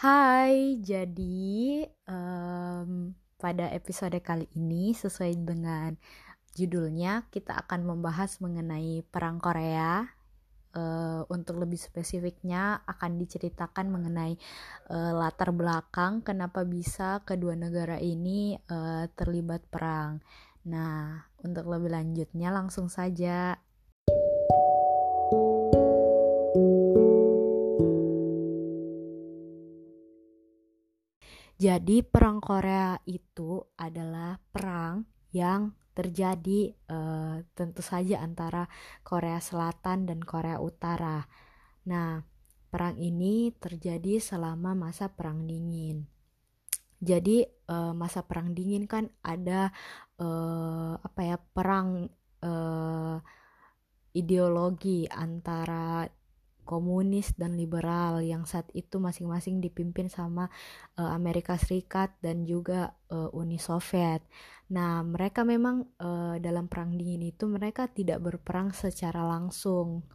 Hai, jadi pada episode kali ini sesuai dengan judulnya kita akan membahas mengenai Perang Korea. Untuk lebih spesifiknya akan diceritakan mengenai latar belakang kenapa bisa kedua negara ini terlibat perang. Nah, untuk lebih lanjutnya langsung saja. Jadi perang Korea itu adalah perang yang terjadi tentu saja antara Korea Selatan dan Korea Utara. Nah, perang ini terjadi selama masa Perang Dingin. Jadi masa Perang Dingin kan ada perang eh, ideologi antara komunis dan liberal yang saat itu masing-masing dipimpin sama Amerika Serikat dan juga Uni Soviet. Nah, mereka memang dalam Perang Dingin itu mereka tidak berperang secara langsung,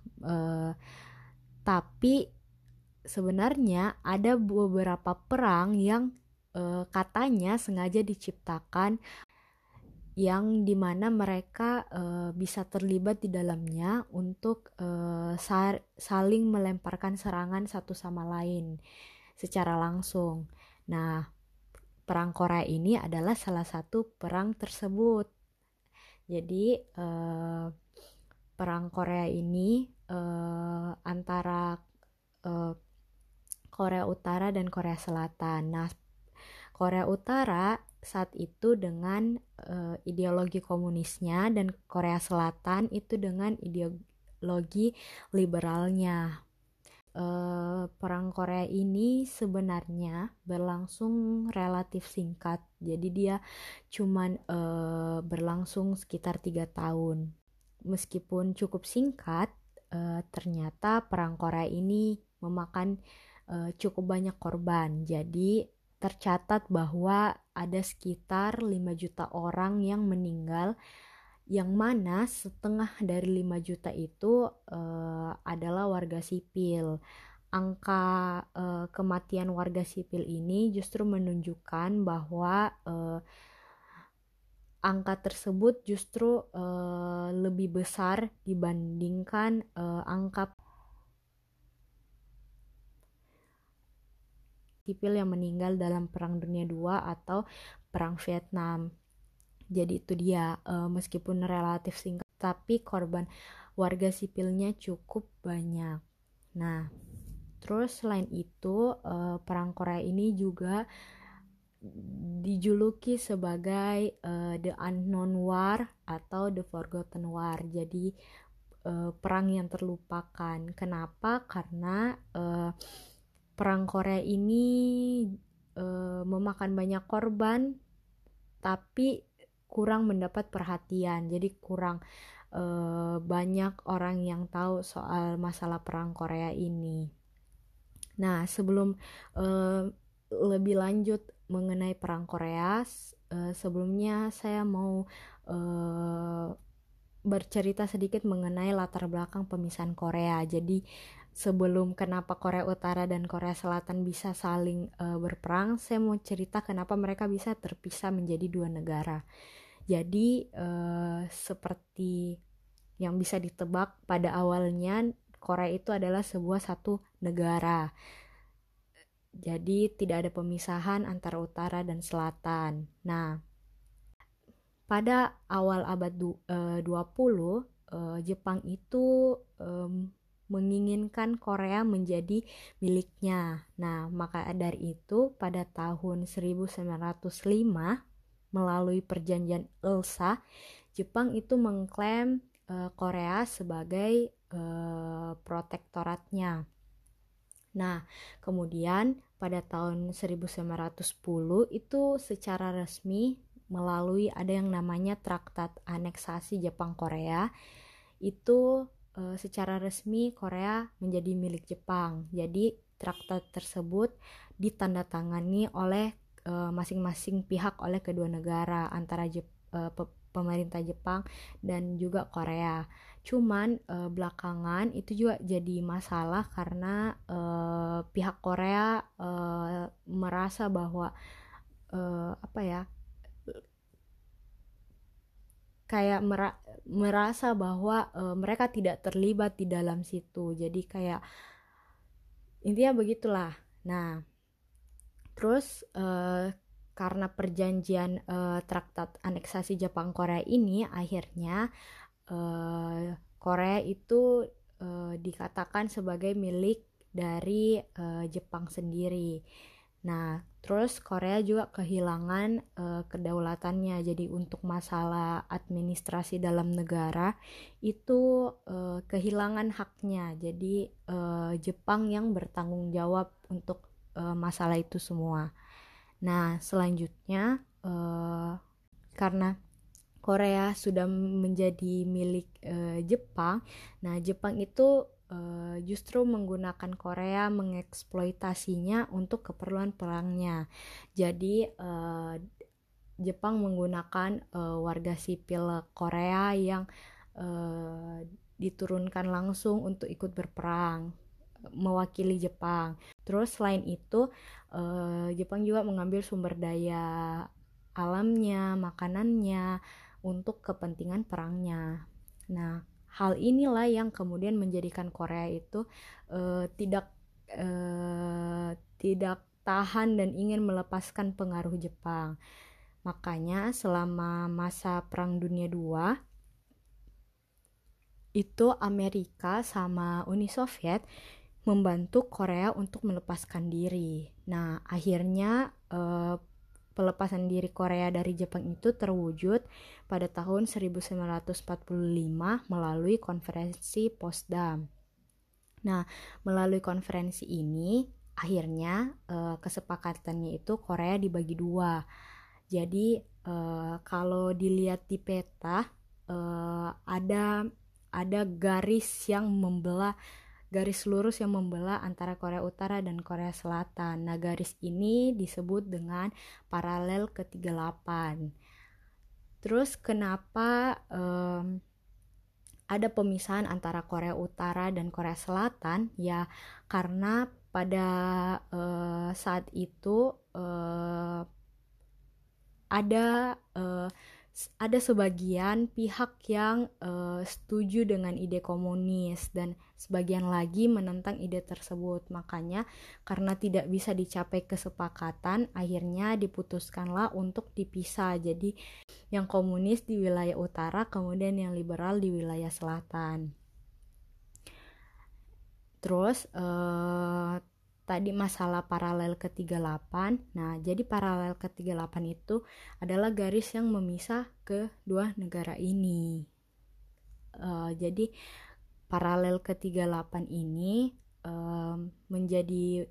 tapi sebenarnya ada beberapa perang yang katanya sengaja diciptakan yang dimana mereka bisa terlibat di dalamnya untuk saling melemparkan serangan satu sama lain secara langsung. Nah, perang Korea ini adalah salah satu perang tersebut. Jadi perang Korea ini antara Korea Utara dan Korea Selatan. Nah, Korea Utara saat itu dengan ideologi komunisnya dan Korea Selatan itu dengan ideologi liberalnya. Perang Korea ini sebenarnya berlangsung relatif singkat, jadi dia cuman berlangsung sekitar 3 tahun. Meskipun cukup singkat, ternyata perang Korea ini memakan cukup banyak korban. Jadi tercatat bahwa ada sekitar 5 juta orang yang meninggal, yang mana setengah dari 5 juta itu adalah warga sipil. Angka kematian warga sipil ini justru menunjukkan bahwa angka tersebut justru lebih besar dibandingkan angka sipil yang meninggal dalam Perang Dunia II atau Perang Vietnam. Jadi itu dia, meskipun relatif singkat, tapi korban warga sipilnya cukup banyak. Nah, terus selain itu, Perang Korea ini juga dijuluki sebagai The Unknown War atau The Forgotten War. Jadi perang yang terlupakan. Kenapa? Karena Perang Korea ini memakan banyak korban, tapi kurang mendapat perhatian. Jadi kurang banyak orang yang tahu soal masalah Perang Korea ini. Nah, sebelum lebih lanjut mengenai Perang Korea, sebelumnya saya mau bercerita sedikit mengenai latar belakang pemisahan Korea. Jadi sebelum kenapa Korea Utara dan Korea Selatan bisa saling berperang, saya mau cerita kenapa mereka bisa terpisah menjadi dua negara. Jadi seperti yang bisa ditebak pada awalnya, Korea itu adalah satu negara. Jadi tidak ada pemisahan antara utara dan selatan. Nah, pada awal abad 20, Jepang itu menginginkan Korea menjadi miliknya. Nah, maka dari itu pada tahun 1905 melalui perjanjian Elsa, Jepang itu mengklaim Korea sebagai protektoratnya. Nah, kemudian pada tahun 1910 itu secara resmi melalui ada yang namanya Traktat Aneksasi Jepang Korea, itu secara resmi Korea menjadi milik Jepang. Jadi traktat tersebut ditandatangani oleh masing-masing pihak oleh kedua negara antara pemerintah Jepang dan juga Korea. Cuman belakangan itu juga jadi masalah karena pihak Korea merasa bahwa kayak merasa bahwa mereka tidak terlibat di dalam situ. Jadi kayak intinya begitulah. Nah, terus karena perjanjian traktat aneksasi Jepang Korea ini akhirnya Korea itu dikatakan sebagai milik dari Jepang sendiri. Nah, terus Korea juga kehilangan kedaulatannya. Jadi untuk masalah administrasi dalam negara itu kehilangan haknya. Jadi Jepang yang bertanggung jawab untuk masalah itu semua. Nah, selanjutnya karena Korea sudah menjadi milik Jepang. Nah, Jepang itu justru menggunakan Korea, mengeksploitasinya untuk keperluan perangnya. Jadi Jepang menggunakan warga sipil Korea yang diturunkan langsung untuk ikut berperang mewakili Jepang. Terus selain itu Jepang juga mengambil sumber daya alamnya, makanannya untuk kepentingan perangnya. Nah, hal inilah yang kemudian menjadikan Korea itu tidak tahan dan ingin melepaskan pengaruh Jepang. Makanya selama masa Perang Dunia II itu Amerika sama Uni Soviet membantu Korea untuk melepaskan diri. Nah, akhirnya pelepasan diri Korea dari Jepang itu terwujud pada tahun 1945 melalui konferensi Potsdam. Nah, melalui konferensi ini akhirnya kesepakatannya itu Korea dibagi dua. Jadi kalau dilihat di peta ada garis lurus yang membelah antara Korea Utara dan Korea Selatan. Nah, garis ini disebut dengan paralel ke-38. Terus kenapa ada pemisahan antara Korea Utara dan Korea Selatan? Ya, karena pada saat itu ada sebagian pihak yang setuju dengan ide komunis dan sebagian lagi menentang ide tersebut. Makanya karena tidak bisa dicapai kesepakatan, akhirnya diputuskanlah untuk dipisah. Jadi yang komunis di wilayah utara, kemudian yang liberal di wilayah selatan. Terus tadi masalah paralel ke-38. Nah, jadi paralel ke-38 itu adalah garis yang memisah kedua negara ini. Jadi paralel ke-38 ini menjadi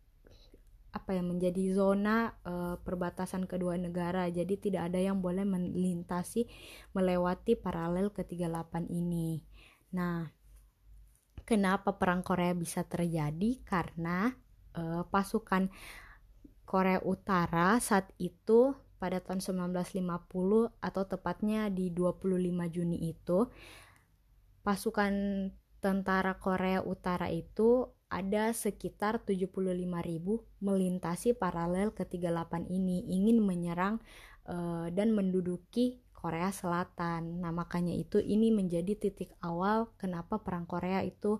zona perbatasan kedua negara. Jadi tidak ada yang boleh melewati paralel ke-38 ini. Nah, kenapa perang Korea bisa terjadi? Karena pasukan Korea Utara saat itu pada tahun 1950 atau tepatnya di 25 Juni itu, pasukan tentara Korea Utara itu ada sekitar 75.000 melintasi paralel ke-38 ini, ingin menyerang dan menduduki Korea Selatan. Nah, makanya ini menjadi titik awal kenapa perang Korea itu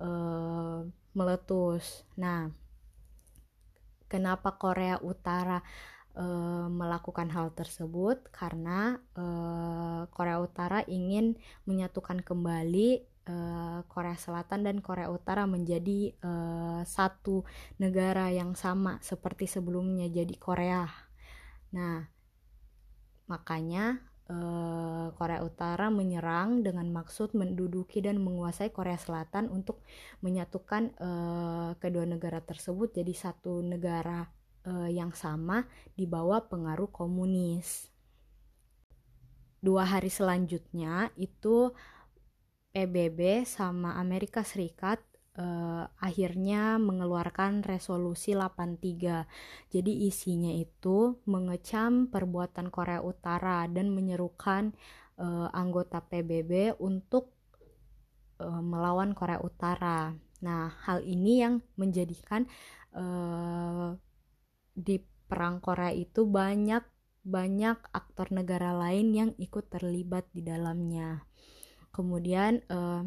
meletus. Nah, kenapa Korea Utara melakukan hal tersebut? Karena Korea Utara ingin menyatukan kembali Korea Selatan dan Korea Utara menjadi satu negara yang sama seperti sebelumnya, jadi Korea. Nah, makanya Korea Utara menyerang dengan maksud menduduki dan menguasai Korea Selatan untuk menyatukan kedua negara tersebut jadi satu negara yang sama di bawah pengaruh komunis. 2 hari selanjutnya itu PBB sama Amerika Serikat akhirnya mengeluarkan resolusi 83. Jadi isinya itu mengecam perbuatan Korea Utara dan menyerukan anggota PBB untuk melawan Korea Utara. Nah, hal ini yang menjadikan di perang Korea itu banyak aktor negara lain yang ikut terlibat di dalamnya. Kemudian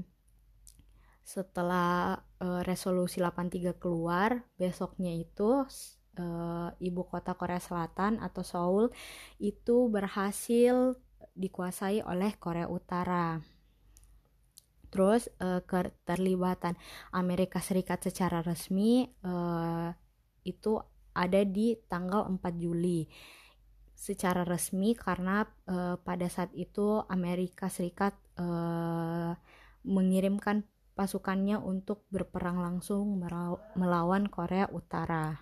setelah resolusi 83 keluar, besoknya itu ibu kota Korea Selatan atau Seoul itu berhasil dikuasai oleh Korea Utara. Terus keterlibatan Amerika Serikat secara resmi itu ada di tanggal 4 Juli secara resmi karena pada saat itu Amerika Serikat mengirimkan pasukannya untuk berperang langsung melawan Korea Utara.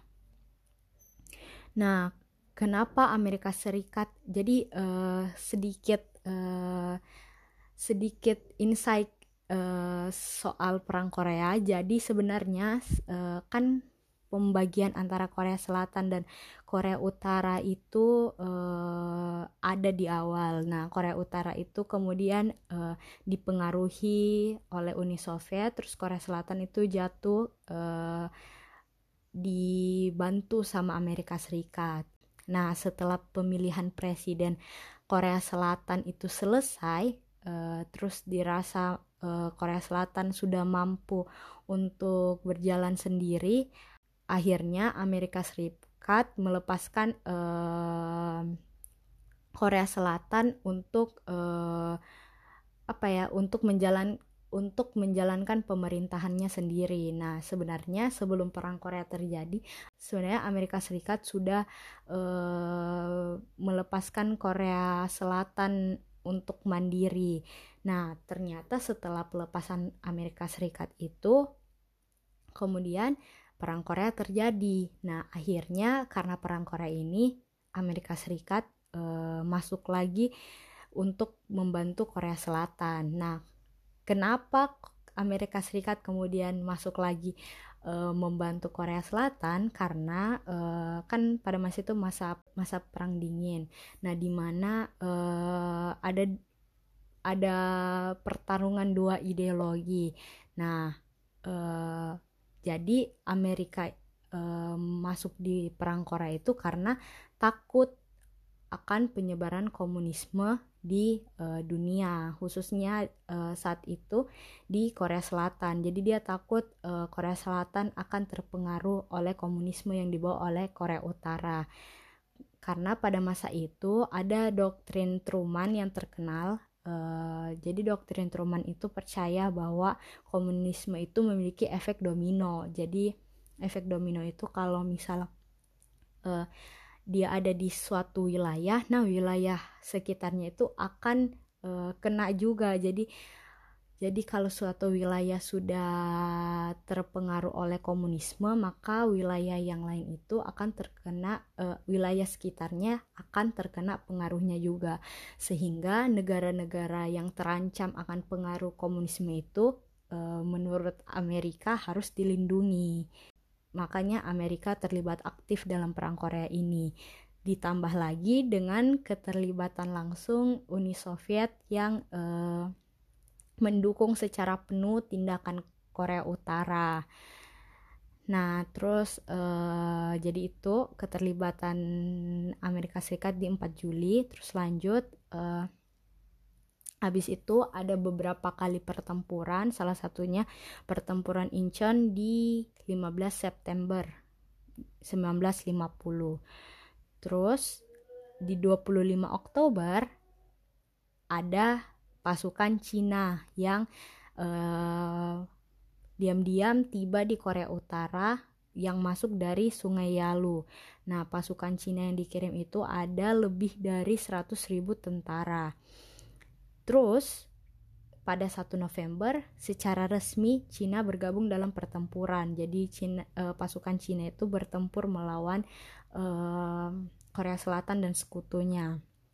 Nah, kenapa Amerika Serikat? Jadi sedikit insight soal perang Korea. Jadi sebenarnya kan pembagian antara Korea Selatan dan Korea Utara itu ada di awal. Nah, Korea Utara itu kemudian dipengaruhi oleh Uni Soviet, terus Korea Selatan itu jatuh dibantu sama Amerika Serikat. Nah, setelah pemilihan presiden Korea Selatan itu selesai, terus dirasa Korea Selatan sudah mampu untuk berjalan sendiri, akhirnya Amerika Serikat melepaskan Korea Selatan untuk untuk menjalankan pemerintahannya sendiri. Nah, sebenarnya sebelum perang Korea terjadi, sebenarnya Amerika Serikat sudah melepaskan Korea Selatan untuk mandiri. Nah, ternyata setelah pelepasan Amerika Serikat itu, kemudian perang Korea terjadi. Nah, akhirnya karena perang Korea ini, Amerika Serikat masuk lagi untuk membantu Korea Selatan. Nah, kenapa Amerika Serikat kemudian masuk lagi membantu Korea Selatan? Karena kan pada masa itu masa perang dingin. Nah, di mana ada pertarungan dua ideologi. Nah, jadi Amerika masuk di perang Korea itu karena takut akan penyebaran komunisme di dunia, khususnya saat itu di Korea Selatan. Jadi dia takut Korea Selatan akan terpengaruh oleh komunisme yang dibawa oleh Korea Utara. Karena pada masa itu ada doktrin Truman yang terkenal. Jadi doktrin Truman itu percaya bahwa komunisme itu memiliki efek domino. Jadi efek domino itu kalau misal dia ada di suatu wilayah, nah wilayah sekitarnya itu akan kena juga. Jadi kalau suatu wilayah sudah terpengaruh oleh komunisme, maka wilayah yang lain itu akan terkena, wilayah sekitarnya akan terkena pengaruhnya juga. Sehingga negara-negara yang terancam akan pengaruh komunisme itu menurut Amerika harus dilindungi. Makanya Amerika terlibat aktif dalam perang Korea ini. Ditambah lagi dengan keterlibatan langsung Uni Soviet yang mendukung secara penuh tindakan Korea Utara. Nah, terus jadi itu keterlibatan Amerika Serikat di 4 Juli. Terus lanjut, habis itu ada beberapa kali pertempuran, salah satunya pertempuran Incheon di 15 September 1950. Terus di 25 Oktober ada pasukan Cina yang diam-diam tiba di Korea Utara yang masuk dari Sungai Yalu. Nah, pasukan Cina yang dikirim itu ada lebih dari 100.000 tentara. Terus pada 1 November secara resmi Cina bergabung dalam pertempuran. Jadi pasukan Cina itu bertempur melawan Korea Selatan dan sekutunya.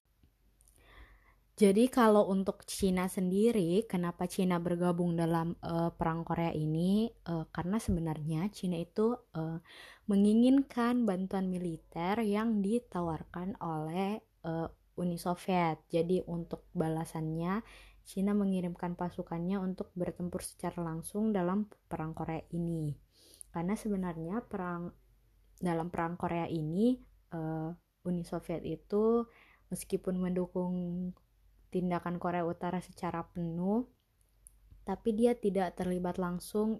Jadi kalau untuk Cina sendiri, kenapa Cina bergabung dalam perang Korea ini? Karena sebenarnya Cina itu menginginkan bantuan militer yang ditawarkan oleh Uni Soviet. Jadi untuk balasannya Cina mengirimkan pasukannya untuk bertempur secara langsung dalam perang Korea ini. Karena sebenarnya dalam perang Korea ini Uni Soviet itu meskipun mendukung tindakan Korea Utara secara penuh, tapi dia tidak terlibat langsung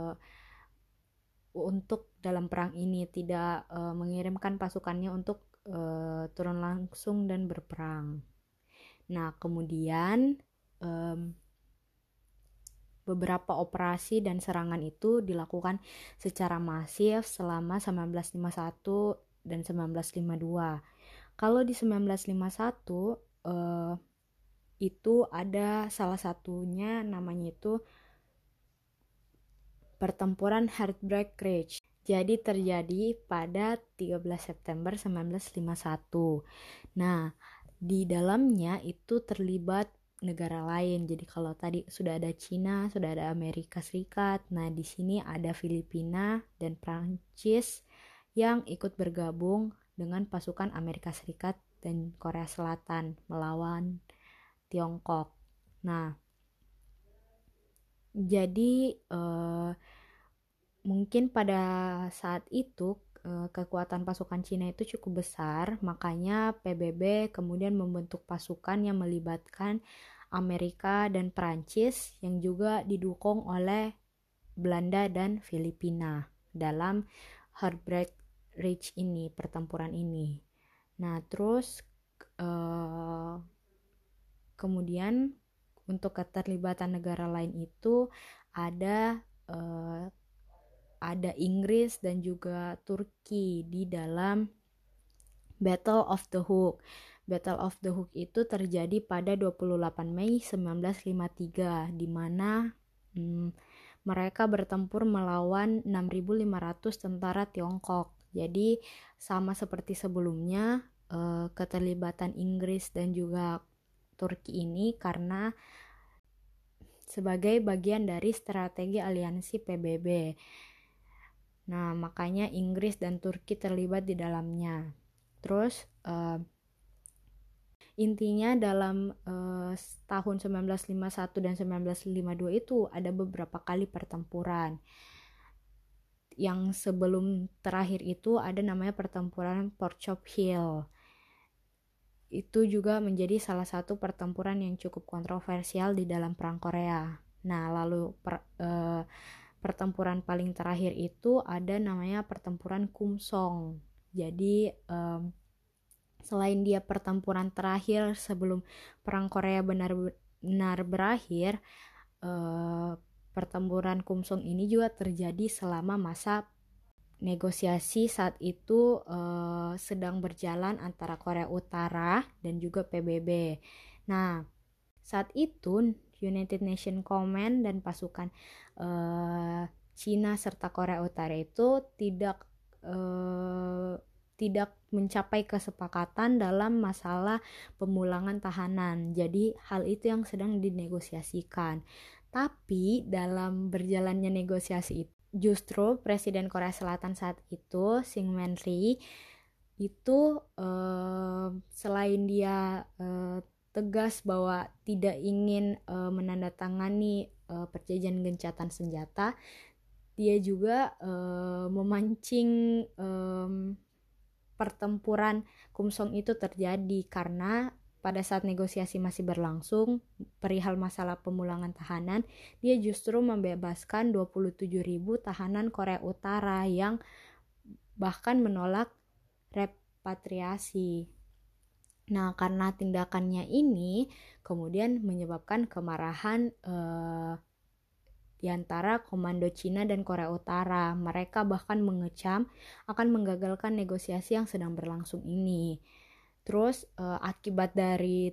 untuk dalam perang ini, tidak mengirimkan pasukannya untuk turun langsung dan berperang. Nah, kemudian beberapa operasi dan serangan itu dilakukan secara masif selama 1951 dan 1952. Kalau di 1951 itu ada salah satunya namanya itu pertempuran Heartbreak Ridge. Jadi terjadi pada 13 September 1951. Nah, di dalamnya itu terlibat negara lain. Jadi kalau tadi sudah ada Cina, sudah ada Amerika Serikat. Nah, di sini ada Filipina dan Prancis yang ikut bergabung dengan pasukan Amerika Serikat dan Korea Selatan melawan Tiongkok. Nah, jadi mungkin pada saat itu kekuatan pasukan Cina itu cukup besar, makanya PBB kemudian membentuk pasukan yang melibatkan Amerika dan Prancis yang juga didukung oleh Belanda dan Filipina dalam Heartbreak Ridge ini, pertempuran ini. Nah, terus kemudian untuk keterlibatan negara lain itu ada Inggris dan juga Turki di dalam Battle of the Hook. Battle of the Hook itu terjadi pada 28 Mei 1953 di mana mereka bertempur melawan 6.500 tentara Tiongkok. Jadi sama seperti sebelumnya, keterlibatan Inggris dan juga Turki ini karena sebagai bagian dari strategi aliansi PBB. Nah, makanya Inggris dan Turki terlibat di dalamnya. Terus intinya dalam tahun 1951 dan 1952 itu ada beberapa kali pertempuran. Yang sebelum terakhir itu ada namanya pertempuran Fort Chop Hill. Itu juga menjadi salah satu pertempuran yang cukup kontroversial di dalam Perang Korea. Nah, lalu pertempuran paling terakhir itu ada namanya pertempuran Kumsong. Jadi selain dia pertempuran terakhir sebelum Perang Korea benar-benar berakhir, pertempuran Kumsong ini juga terjadi selama masa negosiasi saat itu sedang berjalan antara Korea Utara dan juga PBB. Nah, saat itu United Nations Command dan pasukan Cina serta Korea Utara itu tidak mencapai kesepakatan dalam masalah pemulangan tahanan. Jadi hal itu yang sedang dinegosiasikan. Tapi dalam berjalannya negosiasi itu justru Presiden Korea Selatan saat itu, Syngman Rhee, itu selain dia tegas bahwa tidak ingin menandatangani perjanjian gencatan senjata, dia juga memancing pertempuran Kumsong itu terjadi karena pada saat negosiasi masih berlangsung perihal masalah pemulangan tahanan, dia justru membebaskan 27.000 tahanan Korea Utara yang bahkan menolak repatriasi. Nah, karena tindakannya ini kemudian menyebabkan kemarahan di antara komando Cina dan Korea Utara. Mereka bahkan mengecam akan menggagalkan negosiasi yang sedang berlangsung ini. Terus akibat dari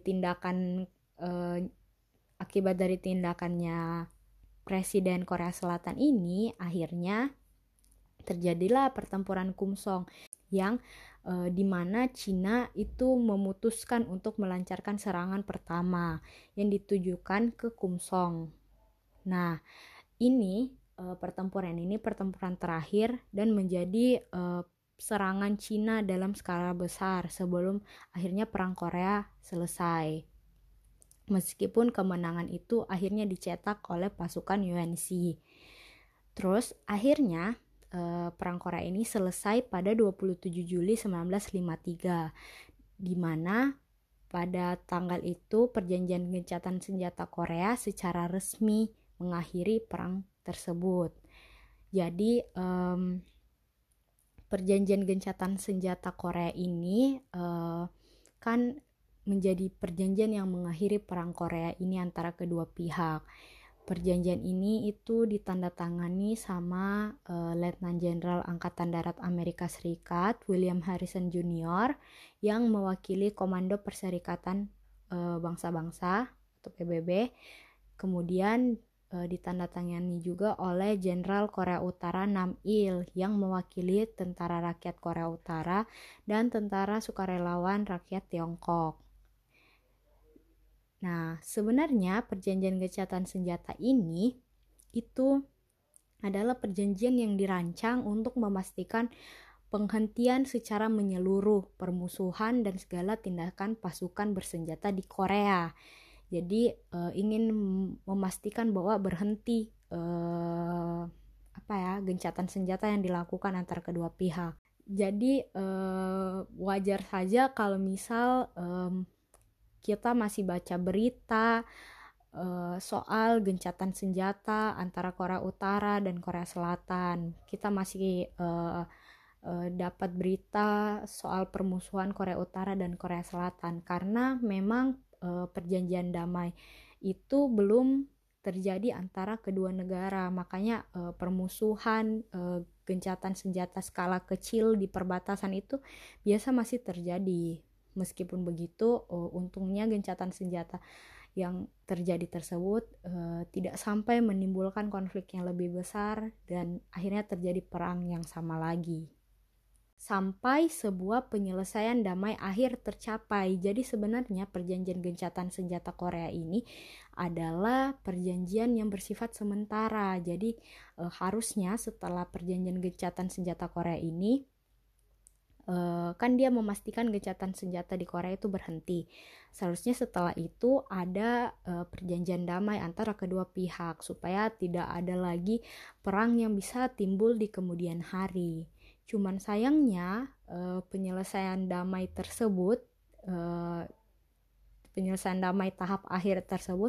tindakannya Presiden Korea Selatan ini, akhirnya terjadilah pertempuran Kumsong yang di mana Cina itu memutuskan untuk melancarkan serangan pertama yang ditujukan ke Kumsong. Nah, ini pertempuran terakhir dan menjadi serangan Cina dalam skala besar sebelum akhirnya Perang Korea selesai. Meskipun kemenangan itu akhirnya dicetak oleh pasukan UNC. Terus akhirnya Perang Korea ini selesai pada 27 Juli 1953, di mana pada tanggal itu perjanjian gencatan senjata Korea secara resmi mengakhiri perang tersebut. Jadi perjanjian gencatan senjata Korea ini kan menjadi perjanjian yang mengakhiri perang Korea ini antara kedua pihak. Perjanjian ini itu ditandatangani sama Letnan Jenderal Angkatan Darat Amerika Serikat William Harrison Jr. yang mewakili Komando Perserikatan Bangsa-Bangsa atau PBB. Kemudian ditandatangani juga oleh Jenderal Korea Utara Nam Il yang mewakili Tentara Rakyat Korea Utara dan Tentara Sukarelawan Rakyat Tiongkok. Nah, sebenarnya perjanjian gencatan senjata ini itu adalah perjanjian yang dirancang untuk memastikan penghentian secara menyeluruh permusuhan dan segala tindakan pasukan bersenjata di Korea. Jadi ingin memastikan bahwa berhenti gencatan senjata yang dilakukan antara kedua pihak. Jadi wajar saja kalau misal kita masih baca berita soal gencatan senjata antara Korea Utara dan Korea Selatan. Kita masih dapat berita soal permusuhan Korea Utara dan Korea Selatan karena memang perjanjian damai itu belum terjadi antara kedua negara. Makanya permusuhan gencatan senjata skala kecil di perbatasan itu biasa masih terjadi. Meskipun begitu, untungnya gencatan senjata yang terjadi tersebut tidak sampai menimbulkan konflik yang lebih besar dan akhirnya terjadi perang yang sama lagi. Sampai sebuah penyelesaian damai akhir tercapai. Jadi sebenarnya perjanjian gencatan senjata Korea ini adalah perjanjian yang bersifat sementara. Jadi harusnya setelah perjanjian gencatan senjata Korea ini kan dia memastikan gencatan senjata di Korea itu berhenti. Seharusnya setelah itu ada perjanjian damai antara kedua pihak supaya tidak ada lagi perang yang bisa timbul di kemudian hari. Cuman sayangnya penyelesaian damai tersebut, penyelesaian damai tahap akhir tersebut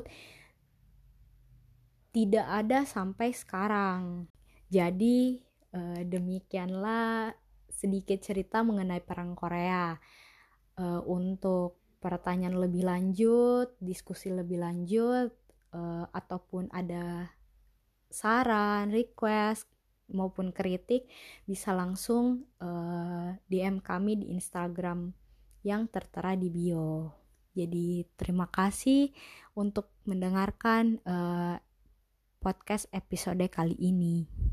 tidak ada sampai sekarang. Jadi demikianlah sedikit cerita mengenai Perang Korea. Untuk pertanyaan lebih lanjut, diskusi lebih lanjut, ataupun ada saran, request, maupun kritik, bisa langsung DM kami di Instagram yang tertera di bio. Jadi terima kasih untuk mendengarkan podcast episode kali ini.